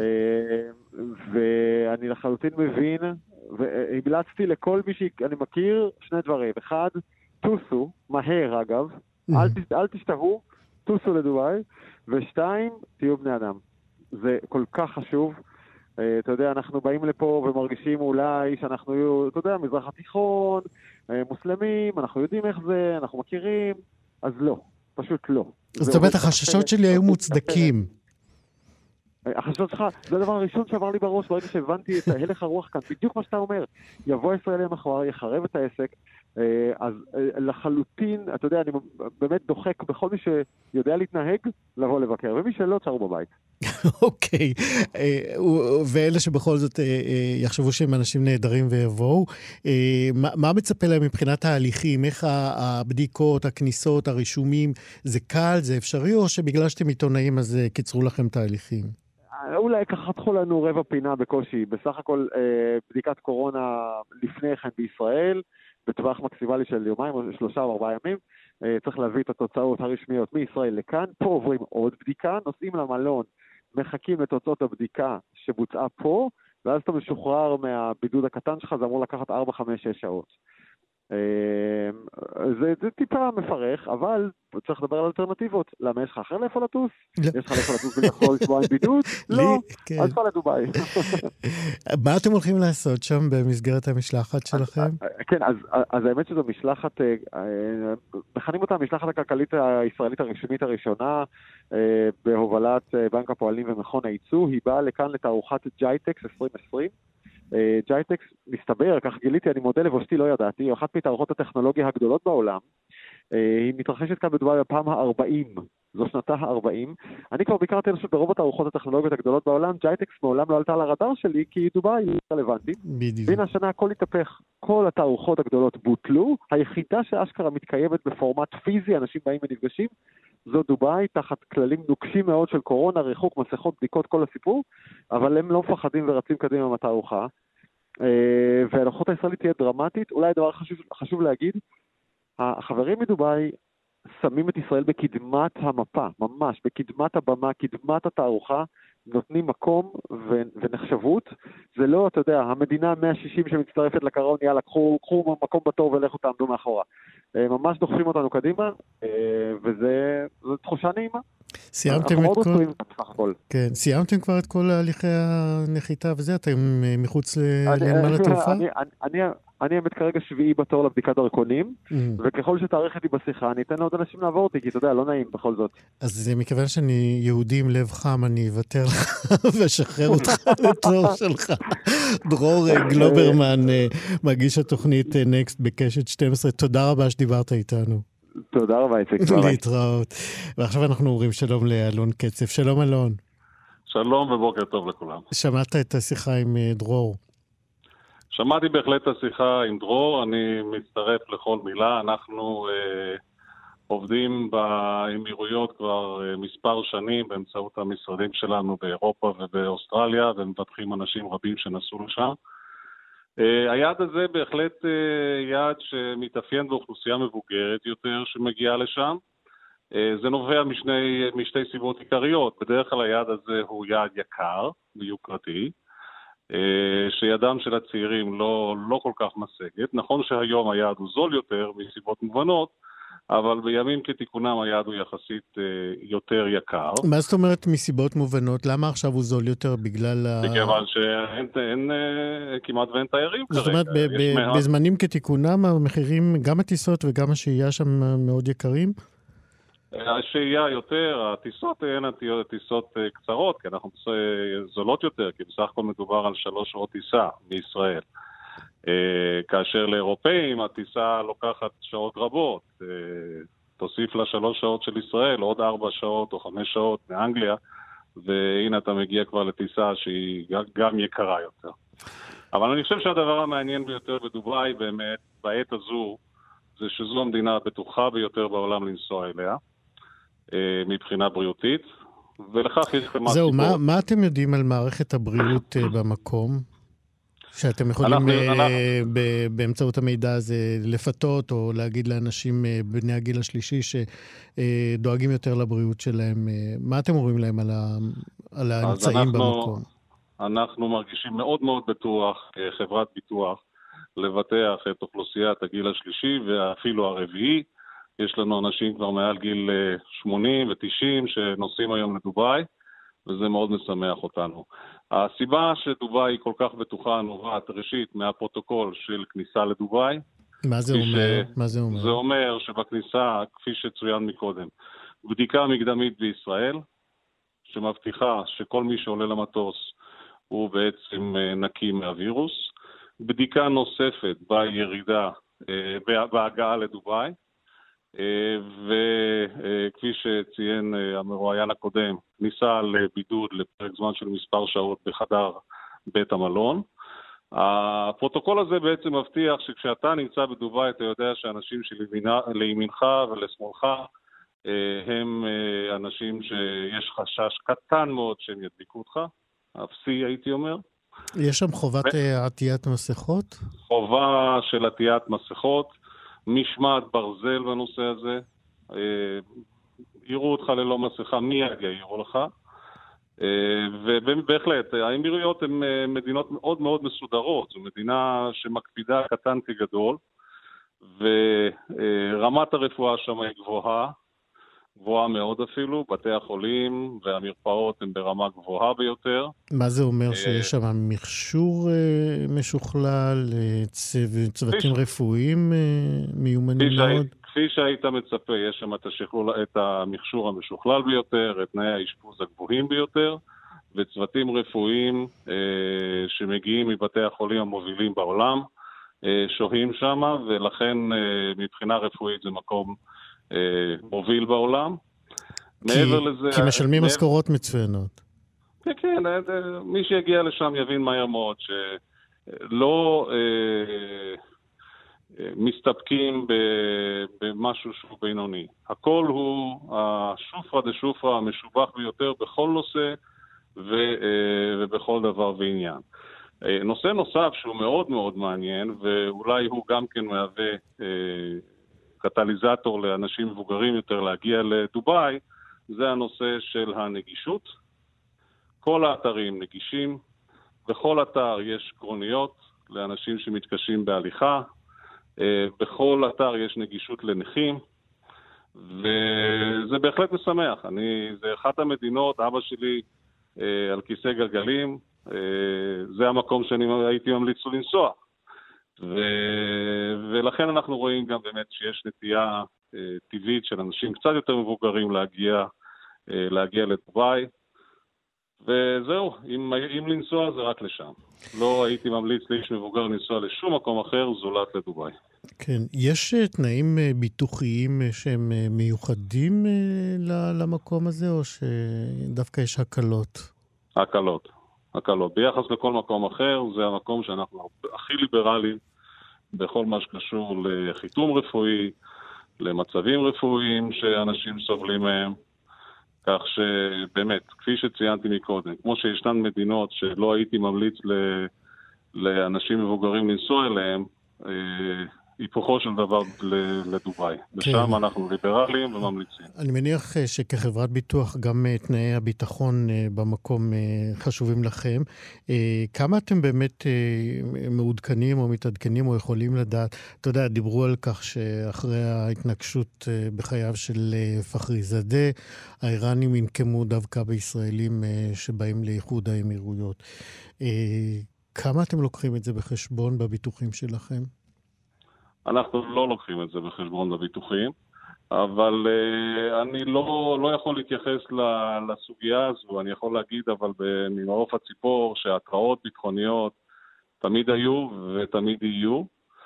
S7: ואני לחלוטין מבין, והמלצתי לכל מי שאני מכיר 2 דברים. 1, טוסו, מהר אגב, אל תשתהו, טוסו לדובאי, ו2, תהיו בני אדם. זה כל כך חשוב. אתה יודע, אנחנו באים לפה ומרגישים אולי שאנחנו יהיו, אתה יודע, מזרח התיכון, מוסלמים, אנחנו יודעים איך זה, אנחנו מכירים, אז לא, פשוט לא.
S3: זאת אומרת, החששות שלי היו מוצדקים.
S7: החששות שלך, זה הדבר הראשון שעבר לי בראש, ברגע שהבנתי את הלך הרוח כאן, בדיוק מה שאתה אומר, יבוא הישראלי המחוואר, יחרב את העסק, אז לחלוטין, אתה יודע, אני באמת דוחק בכל מי שיודע להתנהג, לבוא לבקר, ומי שלא, תשארו בבית.
S3: אוקיי, ואלה שבכל זאת יחשבו שהם אנשים נהדרים ויבואו, מה מצפה להם מבחינת ההליכים? איך הבדיקות, הכניסות, הרישומים, זה קל, זה אפשרי, או שבגלל שאתם עיתונאים אז קיצרו לכם תהליכים?
S7: אולי ככה חתכו לנו רבע פינה בקושי. בסך הכל בדיקת קורונה לפני כן בישראל, בטווח מקסימלי של 2 או 3 או 4 ימים, צריך להביא את התוצאות הרשמיות מישראל לכאן, פה עוברים עוד בדיקה, נוסעים למלון, מחכים לתוצאות הבדיקה שבוצעה פה, ואז אתה משוחרר מהבידוד הקטן שלך, זה אמור לקחת 4, 5, 6 שעות. זה טיפה מפרך, אבל צריך לדבר על אלטרנטיבות. למה יש לך אחר לאיפה לטוס? יש לך לאיפה לטוס ולחזור לשבועיים בידוד? לא, אז כבר לדוביי.
S3: מה אתם הולכים לעשות שם במסגרת המשלחת שלכם?
S7: כן, אז האמת שזו משלחת, מכנים אותה המשלחת הכלכלית הישראלית הרשמית הראשונה, בהובלת בנק הפועלים ומכון הייצוא. היא באה לכאן לתערוכת ג'ייטקס 2020. ג'ייטקס, מסתבר, כך גיליתי, אני מודה לבושתי, לא ידעתי, היא אחת מתערוכות הטכנולוגיה הגדולות בעולם. היא מתרחשת כאן בדובאי בפעם ה-40, זו שנתה ה-40. אני כבר ביקרתי ברוב התערוכות הטכנולוגיות הגדולות בעולם, ג'ייטקס מעולם לא עלתה על הרדאר שלי, כי דובאי היא רלוונטית. והנה השנה הכל התהפך, כל התערוכות הגדולות בוטלו, היחידה שאשכרה מתקיימת בפורמט פיזי, אנשים באים ונפגשים, זו דובאי, תחת כללים נוקשים מאוד של קורונה, ריחוק, מסכות, בדיקות, כל הסיפור, אבל הם לא מפחדים ורצים קדימה מהתערוכה. והלוחות הישראלית תהיה דרמטית. אולי דבר חשוב להגיד, החברים מדובאי שמים את ישראל בקדמת המפה, ממש, בקדמת הבמה, קדמת התערוכה, נותנים מקום ונחשבות. זה לא, אתה יודע, המדינה 160 שמצטרפת לקרון, יאללה, קחו מקום בתור ולכו תעמדו מאחורה. ממש דוחפים אותנו קדימה, וזו תחושה נעימה.
S3: סיימתם כבר את כל הליכי הנחיתה וזה? אתם מחוץ לנמל התעופה?
S7: אני האמת כרגע 7 בתור לבדיקת דרכונים, וככל שתאריך אותי בשיחה, אני אתן לעוד אנשים לעבור אותי, כי אתה יודע, לא נעים בכל זאת.
S3: אז מכיוון שאני יהודי עם לב חם, אני אוותר לך ושחרר אותך לתור שלך. דרור גלוברמן, מגיש התוכנית נקסט בקשת 12, תודה רבה שדיברת איתנו.
S7: תודה רבה, איציק.
S3: להתראות. ועכשיו אנחנו אומרים שלום לאלון קצף. שלום אלון.
S8: שלום ובוקר טוב לכולם.
S3: שמעת את השיחה עם דרור?
S8: שמעתי בהחלט את השיחה עם דרור, אני מצטרף לכל מילה. אנחנו עובדים באמירויות כבר מספר שנים באמצעות המשרדים שלנו באירופה ובאוסטרליה, ומפתחים אנשים רבים שנסעו לשם. היעד הזה בהחלט יעד שמתאפיין באוכלוסייה מבוגרת יותר שמגיעה לשם. זה נובע משתי סיבות עיקריות. בדרך כלל היעד הזה הוא יעד יקר ויוקרתי, שידם של הצעירים לא כל כך משגת. נכון שהיום היעד הוא זול יותר מסיבות מובנות, אבל בימים כתיקונם היעד הוא יחסית יותר יקר.
S3: מה זאת אומרת מסיבות מובנות? למה עכשיו הוא זול יותר בגלל
S8: מכיוון שאין כמעט ואין תיירים כרגע.
S3: זאת אומרת, בזמנים כתיקונם המחירים, גם הטיסות וגם השהייה שם מאוד יקרים?
S8: השהייה יותר, הטיסות הן טיסות קצרות, כי אנחנו זולות יותר, כי בסך הכל מדובר על 3 שעות טיסה מישראל. כאשר לאירופאים הטיסה לוקחת שעות רבות, תוסיף לה 3 שעות של ישראל, עוד 4 שעות או 5 שעות מאנגליה, והנה אתה מגיע כבר לטיסה שהיא גם יקרה יותר. אבל אני חושב שהדבר המעניין ביותר בדובאי באמת, בעת הזו, זה שזו המדינה הבטוחה ביותר בעולם לנסוע אליה, מבחינה בריאותית, ולכך יש כמה
S3: זהו, מה אתם יודעים על מערכת הבריאות במקום? שאתם יכולים באמצעות המידע הזה לפתות או להגיד לאנשים בני הגיל השלישי שדואגים יותר לבריאות שלהם. מה אתם אומרים להם על האמצעים במקום?
S8: אנחנו מרגישים מאוד מאוד בטוח, חברת ביטוח, לבטח את אוכלוסיית הגיל השלישי ואפילו הרביעי. יש לנו אנשים כבר מעל גיל 80 ו-90 שנוסעים היום לדובאי, וזה מאוד משמח אותנו. הסיבה שדובאי היא כל כך בטוחה נובעת ראשית מהפרוטוקול של כניסה לדובאי.
S3: מה זה אומר?
S8: זה אומר שבכניסה, כפי שצוין מקודם, בדיקה מקדמית בישראל, שמבטיחה שכל מי שעולה למטוס הוא בעצם נקי מהווירוס. בדיקה נוספת בירידה, בהגעה לדובאי, וכפי שציין המרואיין הקודם, כניסה לבידוד לפרק זמן של מספר שעות בחדר בית המלון. הפרוטוקול הזה בעצם מבטיח שכשאתה נמצא בדובאי אתה יודע שאנשים שלימינך ולשמאלך הם אנשים שיש חשש קטן מאוד שהם ידביקו אותך, אפסי הייתי אומר.
S3: יש שם חובת עטיית מסכות?
S8: חובה של עטיית מסכות, משמעת ברזל בנושא הזה, יראו אותך ללא מסכה, מיד יראו לך, ובהחלט, האמירויות הן מדינות מאוד מאוד מסודרות, זו מדינה שמקפידה קטן כגדול, ורמת הרפואה שם היא גבוהה מאוד אפילו, בתי החולים והמרפאות הן ברמה גבוהה ביותר.
S3: מה זה אומר שיש שם מכשור משוכלל, צוותים רפואיים מיומנים מאוד?
S8: כפי שהיית מצפה, יש שם את המכשור המשוכלל ביותר, את תנאי האשפוז הגבוהים ביותר, וצוותים רפואיים שמגיעים מבתי החולים המובילים בעולם, שוהים שם, ולכן מבחינה רפואית זה מקום מוביל בעולם.
S3: כי משלמים משכורות מצוינות.
S8: כן, מי שיגיע לשם יבין מהר מאוד שלא מסתפקים במשהו שהוא בינוני. הכל הוא השופרה דשופרה המשובח ביותר בכל נושא ובכל דבר ועניין. נושא נוסף שהוא מאוד מאוד מעניין, ואולי הוא גם כן מהווה קטליזטור לאנשים מבוגרים יותר להגיע לדובאי, זה הנושא של הנגישות. כל האתרים נגישים, בכל אתר יש קרוניות לאנשים שמתקשים בהליכה, בכל אתר יש נגישות לנכים, וזה בהחלט משמח. זה אחת המדינות, אבא שלי על כיסא גלגלים, זה המקום שאני הייתי ממליץ לנסוע. ולכן אנחנו רואים גם באמת שיש נטייה טבעית של אנשים קצת יותר מבוגרים להגיע לדובאי, וזהו, אם לנסוע זה רק לשם. לא הייתי ממליץ לאיש מבוגר לנסוע לשום מקום אחר זולת לדובאי.
S3: כן, יש תנאים ביטוחיים שהם מיוחדים למקום הזה, או שדווקא יש הקלות? הקלות. ביחס לכל מקום אחר, זה המקום שאנחנו הכי ליברליים בכל מה שקשור לחיתום רפואי, למצבים רפואיים שאנשים סובלים מהם, כך שבאמת, כפי שציינתי מקודם, כמו שישנן מדינות שלא הייתי ממליץ לאנשים מבוגרים לנסוע אליהם,
S8: היפוכו של דבר לדוביי. ושם אנחנו ליברליים וממליצים.
S3: אני מניח שכחברת ביטוח גם תנאי הביטחון במקום חשובים לכם. כמה אתם באמת מעודכנים או מתעדכנים או יכולים לדעת? אתה יודע, דיברו על כך שאחרי ההתנגשות בחייו של פחריזאדה, האיראנים ינקמו דווקא בישראלים שבאים לאיחוד האמירויות. כמה אתם לוקחים את זה בחשבון בביטוחים שלכם?
S8: אנחנו לא לוקחים את זה בחשבון בביטוחים, אבל אני לא יכול להתייחס לסוגיה הזו. אני יכול להגיד, אבל ממעוף הציפור, שהתראות ביטחוניות תמיד היו ותמיד יהיו,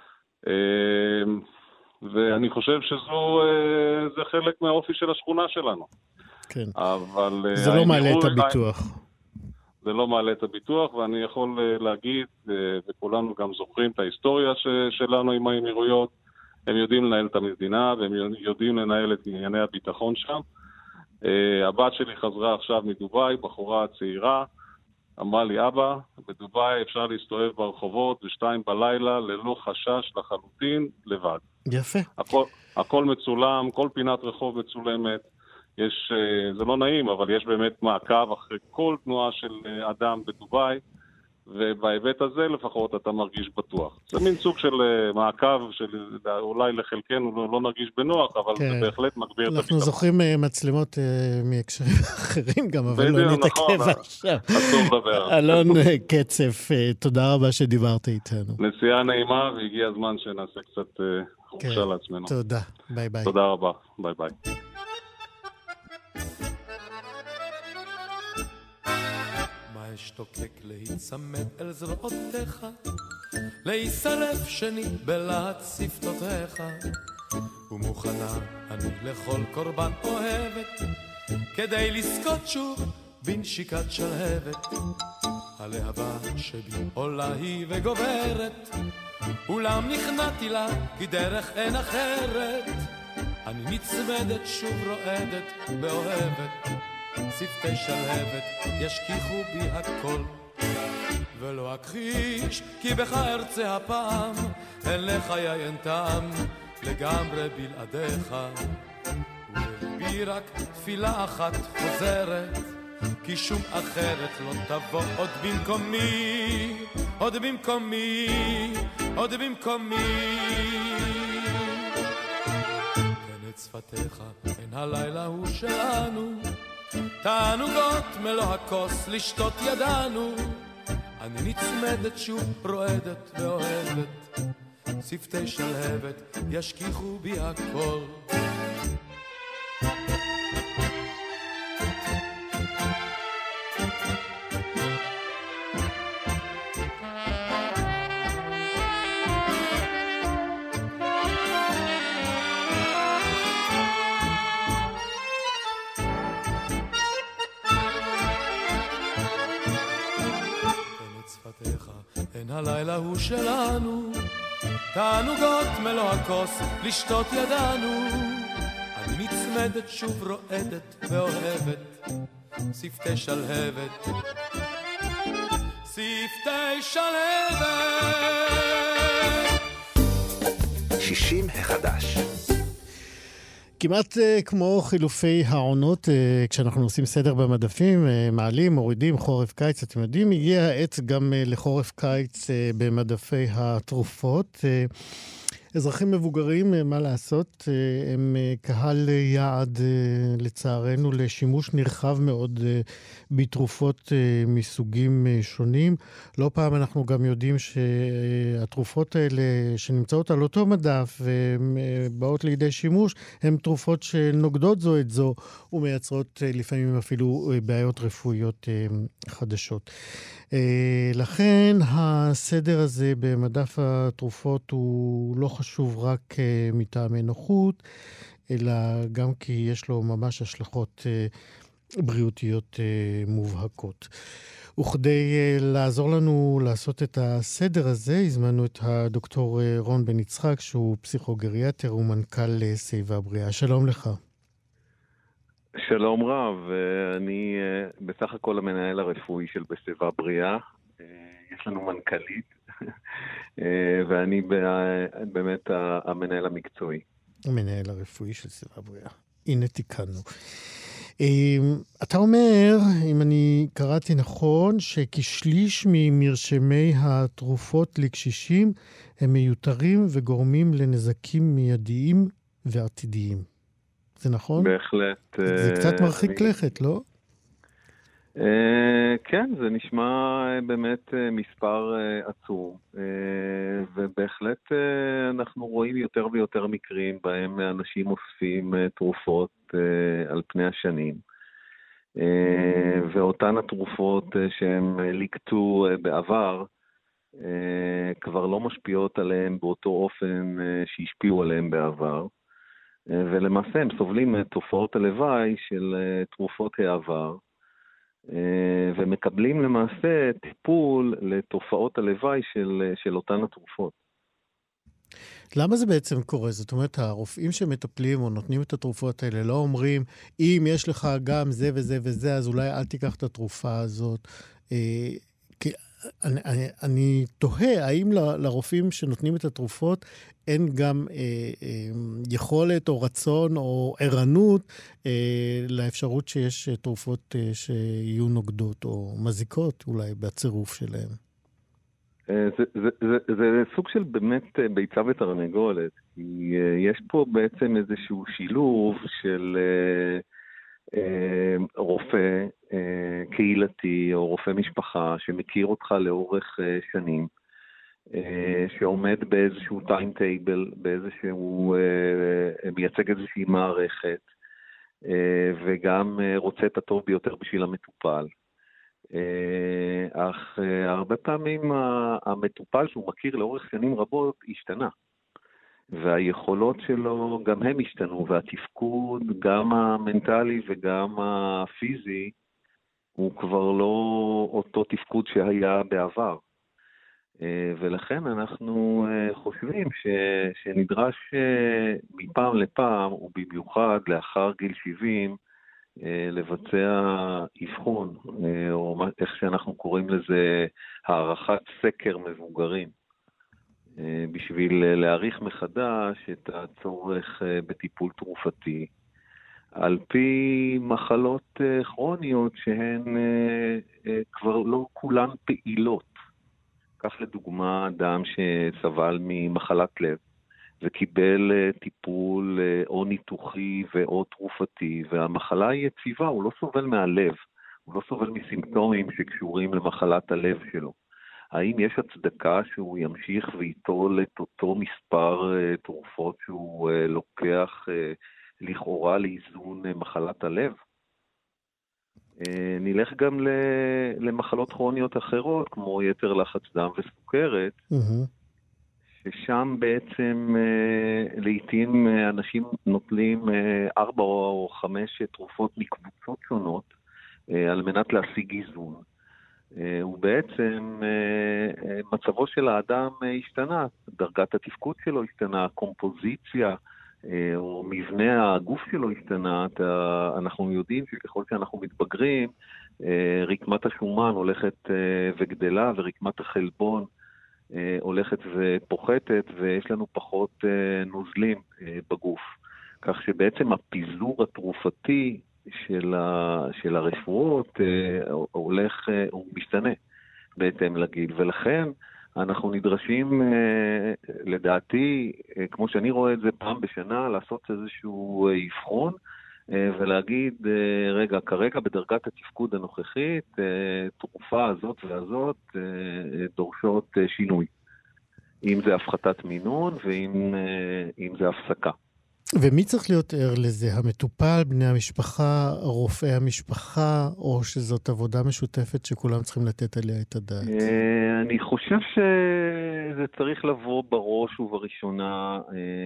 S8: ואני חושב שזה חלק מהאופי של השכונה שלנו.
S3: כן.
S8: אבל
S3: זה לא מעלה את הביטוח.
S8: זה לא מעלה את הביטוח, ואני יכול להגיד, וכולנו גם זוכרים את ההיסטוריה שלנו עם האמירויות, הם יודעים לנהל את המדינה, והם יודעים לנהל את ענייני הביטחון שם. הבת שלי חזרה עכשיו מדוביי, בחורה צעירה, אמרה לי, אבא, בדוביי אפשר להסתובב ברחובות ב2 בלילה, ללא חשש לחלוטין, לבד.
S3: יפה.
S8: הכל מצולם, כל פינת רחוב מצולמת. יש, זה לא נעים, אבל יש באמת מעקב אחרי כל תנועה של אדם בדוביי, ובהיבט הזה לפחות אתה מרגיש בטוח. זה מין סוג של מעקב שאולי לחלקנו לא נרגיש בנוח, אבל זה בהחלט מגביר את הביטחון.
S3: אנחנו זוכרים מצלמות מהקשרים אחרים גם, אבל לא נתעכב עכשיו.
S8: אסור לדבר.
S3: אלון קצף, תודה רבה שדיברת איתנו.
S8: נסיעה נעימה, והגיע הזמן שנעשה קצת חופשה לעצמנו.
S3: תודה, ביי ביי.
S8: תודה רבה, ביי ביי.
S9: אשתוקק להיצמד אל זרועותיך, להישרף שני בלהט שפתותיך, ומוכנה אני לכל קורבן אוהבת, כדי לזכות שוב בנשיקת שלהבת. הלהבה שבי עולה היא וגוברת, אולם נכנעתי לה כי דרך אין אחרת. אני נצמדת שוב רועדת ואוהבת, שפתי שלהבת ישכיחו בי הכל, ולא אכחיש כי בך ארצה הפעם, אין לחיי אין טעם לגמרי בלעדיך. ולבי רק תפילה אחת חוזרת, כי שום אחרת לא תבוא עוד במקומי, עוד במקומי, עוד במקומי. כן את שפתיך, אין הלילה הוא שלנו, תענוגות מלוא הכוס לשתות ידענו. אני נצמדת שוב רועדת ואוהבת, שפתי שלהבת ישכיחו בי הכל. הלילה הוא שלנו, תענוגות מלוא הכוס לשתות ידענו. אני נצמדת שוב רועדת ואוהבת, שפתי שלהבת, שפתי שלהבת.
S2: 60 החדש.
S3: כמעט כמו חילופי העונות, כשאנחנו עושים סדר במדפים, מעלים, מורידים, חורף קיץ, אתם יודעים, הגיע העת גם לחורף קיץ במדפי התרופות. אזרחים מבוגרים, מה לעשות, הם קהל יעד לצערנו לשימוש נרחב מאוד בתרופות מסוגים שונים. לא פעם אנחנו גם יודעים שהתרופות האלה שנמצאות על אותו מדף ובאות לידי שימוש, הן תרופות שנוגדות זו את זו ומייצרות לפעמים אפילו בעיות רפואיות חדשות. לכן הסדר הזה במדף התרופות הוא לא חשוב רק מטעמי נוחות, אלא גם כי יש לו ממש השלכות בריאותיות מובהקות. וכדי לעזור לנו לעשות את הסדר הזה, הזמנו את הדוקטור רון בן יצחק, שהוא פסיכוגריאטר ומנכ"ל שיבה בריאה. שלום לך.
S4: שלום רב, אני בסך הכל המנהל הרפואי של בשיבה בריאה. יש לנו מנכ"לית ואני באמת המנהל המקצועי.
S3: המנהל הרפואי של סביבה בריאה. הנה תיקנו. אתה אומר, אם אני קראתי נכון, שכשליש ממרשמי התרופות לקשישים הם מיותרים וגורמים לנזקים מיידיים ועתידיים. זה נכון?
S4: בהחלט.
S3: זה קצת מרחיק לכת, לא?
S4: כן, זה נשמע באמת מספר עצום, ובהחלט אנחנו רואים יותר ויותר מקרים בהם אנשים אוספים תרופות על פני השנים, ואותן התרופות שהם ליקטו בעבר כבר לא משפיעות עליהם באותו אופן שהשפיעו עליהם בעבר, ולמעשה הם סובלים תופעות הלוואי של תרופות העבר, ומקבלים למעשה טיפול לתופעות הלוואי של אותן התרופות.
S3: למה זה בעצם קורה? זאת אומרת, הרופאים שמטפלים או נותנים את התרופות האלה לא אומרים, אם יש לך גם זה וזה וזה, אז אולי אל תיקח את התרופה הזאת. אני תוהה, האם לרופאים שנותנים את התרופות אין גם יכולת או רצון או ערנות לאפשרות שיש תרופות שיהיו נוגדות או מזיקות אולי בצירוף שלהם?
S4: זה סוג של באמת ביצה ותרנגולת. יש פה בעצם איזשהו שילוב של רופא קהילתי או רופא משפחה שמכיר אותך לאורך שנים, שעומד באיזשהו טיימטייבל, באיזשהו, מייצג איזושהי מערכת, וגם רוצה את הטוב ביותר בשביל המטופל. אך הרבה פעמים המטופל שהוא מכיר לאורך שנים רבות השתנה. והיכולות שלו גם הם השתנו, והתפקוד, גם המנטלי וגם הפיזי, הוא כבר לא אותו תפקוד שהיה בעבר. ולכן אנחנו חושבים שנדרש מפעם לפעם, ובמיוחד לאחר גיל 70, לבצע אבחון, או איך שאנחנו קוראים לזה, הערכת סקר מבוגרים. בשביל להעריך מחדש את הצורך בטיפול תרופתי, על פי מחלות כרוניות שהן כבר לא כולן פעילות. כך לדוגמה אדם שסבל ממחלת לב, וקיבל טיפול או ניתוחי ואו תרופתי, והמחלה היא יציבה, הוא לא סובל מהלב, הוא לא סובל מסימפטומים שקשורים למחלת הלב שלו. האם יש הצדקה שהוא ימשיך ויטול את אותו מספר תרופות שהוא לוקח לכאורה לאיזון מחלת הלב? נלך גם למחלות כרוניות אחרות, כמו יתר לחץ דם וסוכרת, ששם בעצם לעתים אנשים נוטלים 4 או 5 תרופות מקבוצות שונות על מנת להשיג איזון. ובעצם מצבו של האדם השתנה, דרגת התפקוד שלו השתנה, הקומפוזיציה או מבנה הגוף שלו השתנה. אנחנו יודעים שככל שאנחנו מתבגרים, רקמת השומן הולכת וגדלה, ורקמת החלבון הולכת ופוחתת, ויש לנו פחות נוזלים בגוף. כך שבעצם הפיזור התרופתי של הרפואות הולך, הוא משתנה בהתאם לגיל, ולכן אנחנו נדרשים, לדעתי, כמו שאני רואה את זה פעם בשנה, לעשות איזשהו אבחון, ולהגיד, רגע, כרגע בדרגת התפקוד הנוכחית, תרופה הזאת והזאת דורשות שינוי. אם זה הפחתת מינון, ואם זה הפסקה.
S3: ומי צריך להיות ער לזה? המטופל, בני המשפחה, רופאי המשפחה, או שזאת עבודה משותפת שכולם צריכים לתת עליה את הדעת?
S4: אני חושב שזה צריך לבוא בראש ובראשונה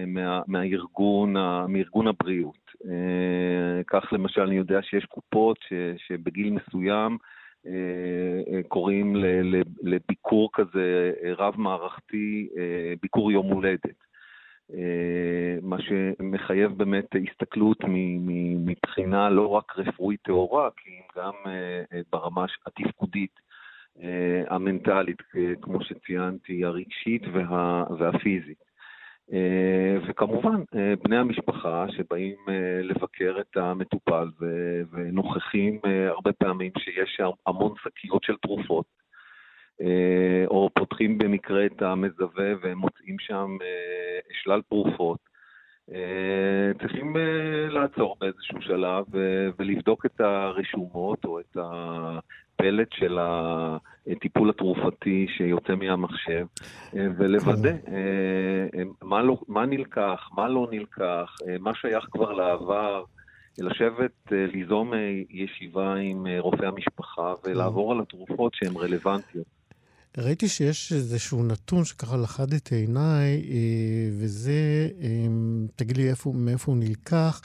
S4: מארגון הבריאות. כך למשל אני יודע שיש קופות שבגיל מסוים קוראים לביקור כזה רב מערכתי, ביקור יום הולדת. מה שמחייב באמת הסתכלות מבחינה לא רק רפואית טהורה, כי גם ברמה התפקודית
S10: המנטלית, כמו שציינתי, הרגשית והפיזית. וכמובן, בני המשפחה שבאים לבקר את המטופל ונוכחים הרבה פעמים שיש המון שקיות של תרופות, או פותחים במקרה את המזווה והם מוצאים שם שלל תרופות, צריכים לעצור באיזשהו שלב ולבדוק את הרשומות או את הפלט של הטיפול התרופתי שיוצא מהמחשב, ולוודא מה נלקח, מה לא נלקח, מה שייך כבר לעבר, לשבת, ליזום ישיבה עם רופא המשפחה ולעבור על התרופות שהן רלוונטיות.
S3: ראיתי שיש איזשהו נתון שככה לחד את עיניי, וזה, תגיד לי מאיפה הוא נלקח,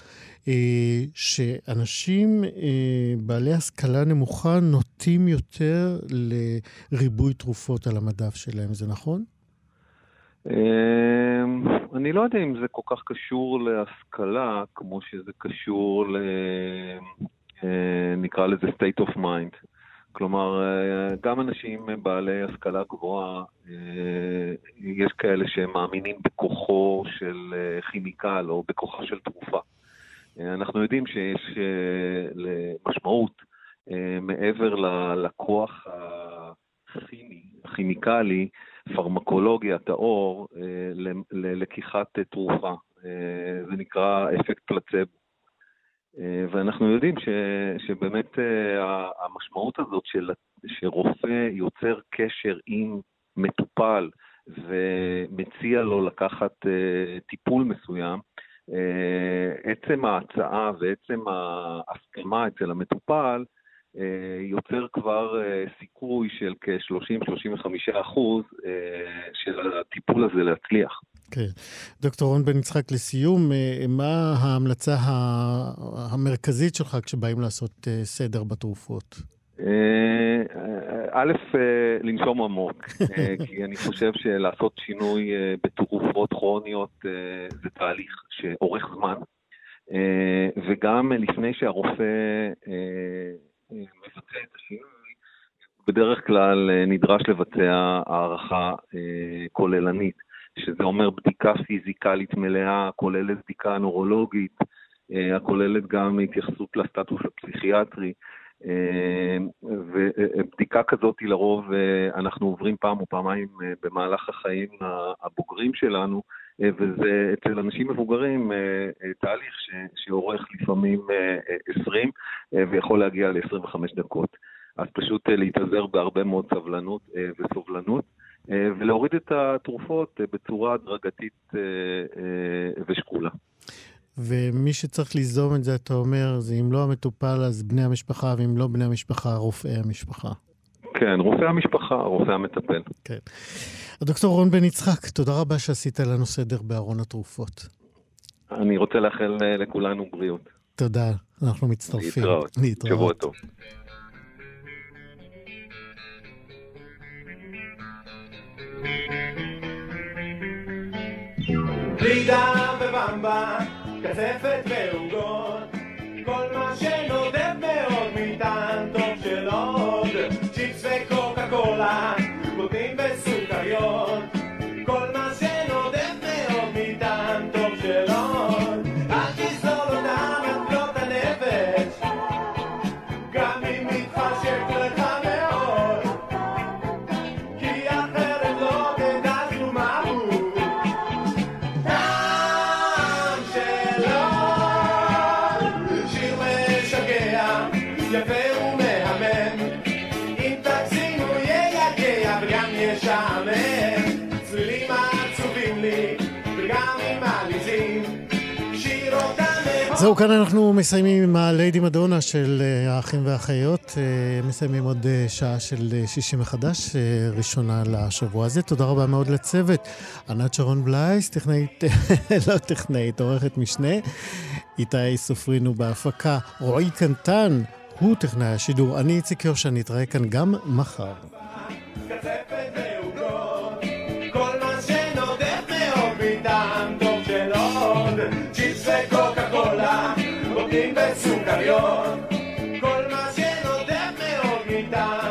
S3: שאנשים בעלי השכלה נמוכה נוטים יותר לריבוי תרופות על המדף שלהם, זה נכון?
S10: אני לא יודע אם זה כל כך קשור להשכלה, כמו שזה קשור נקרא לזה state of mind. כלומר, גם אנשים בעלי השכלה גבוהה, יש כאלה שמאמינים בכוחו של כימיקל או בכוחה של תרופה. אנחנו יודעים שיש משמעות מעבר לכוח הכימיקלי, פרמקולוגיה, תאור, ללקיחת תרופה. זה נקרא אפקט פלצבו. ואנחנו יודעים שבאמת המשמעות הזאת שרופא יוצר קשר עם מטופל ומציע לו לקחת טיפול מסוים, עצם ההצעה ועצם ההסכמה אצל המטופל יוצר כבר סיכוי של כ-30-35% של הטיפול הזה להצליח.
S3: כן. דוקטור רון בן יצחק, לסיום, מה ההמלצה המרכזית שלך כשבאים לעשות סדר בתרופות?
S10: א', לנשום עמוק, כי אני חושב שלעשות שינוי בתרופות כרוניות זה תהליך שאורך זמן, וגם לפני שהרופא מבצע את השינוי, בדרך כלל נדרש לבצע הערכה כוללנית, שזה אומר בדיקה פיזיקלית מלאה, כוללת בדיקה נורולוגית, הכוללת גם התייחסות לסטטוס הפסיכיאטרי, ובדיקה כזאת לרוב אנחנו עוברים פעם או פעמיים במהלך החיים הבוגרים שלנו, וזה אצל אנשים מבוגרים תהליך שאורך לפעמים 20 ויכול להגיע ל-25 דקות. אז פשוט להתעזר בהרבה מאוד סבלנות וסובלנות, ולהוריד את התרופות בצורה הדרגתית ושקולה.
S3: ומי שצריך ליזום את זה, אתה אומר, זה אם לא המטופל, אז בני המשפחה, ואם לא בני המשפחה, רופאי המשפחה.
S10: כן, רופא המשפחה, רופא המטפל.
S3: כן. הדוקטור רון בן יצחק, תודה רבה שעשית לנו סדר בארון התרופות.
S10: אני רוצה לאחל לכולנו בריאות.
S3: תודה, אנחנו מצטרפים.
S10: להתראות. שבוע טוב.
S9: לידה ובמבה, קצפת ועוגות, כל מה שנודד מאוד מטעם טוב של עוד, צ'יפס וקוקה קולה, גוטים וסוכריות, כל מה שנודד מאוד מטעם טוב של עוד, אל תסלול אותם עד בנות הנפש, גם אם מתחשק לך מאוד, כי אחרת לא תדע שום אהוב. יפה ומהמם, אם תגזימו ייגע וגם ישעמם, צלילים עצובים לי וגם עם מעליזים, שיר אותם מאוד.
S3: זהו, כאן אנחנו מסיימים עם הליידי מדונה של האחים והאחיות, מסיימים עוד שעה של שישי מחדש, ראשונה לשבוע הזה. תודה רבה מאוד לצוות, ענת שרון בלייס, טכנאית, עורכת משנה, איתי סופרינו בהפקה, רועי קנטן, הוא טכנאי השידור. אני איציק יושע, נתראה כאן גם מחר.
S9: קצפת ועוגות, כל מה שנודד מאוד מטעם טוב של עוד, צ'יפס וקוקה קולה, גוטים וסוכריות, כל מה שנודד מאוד מטעם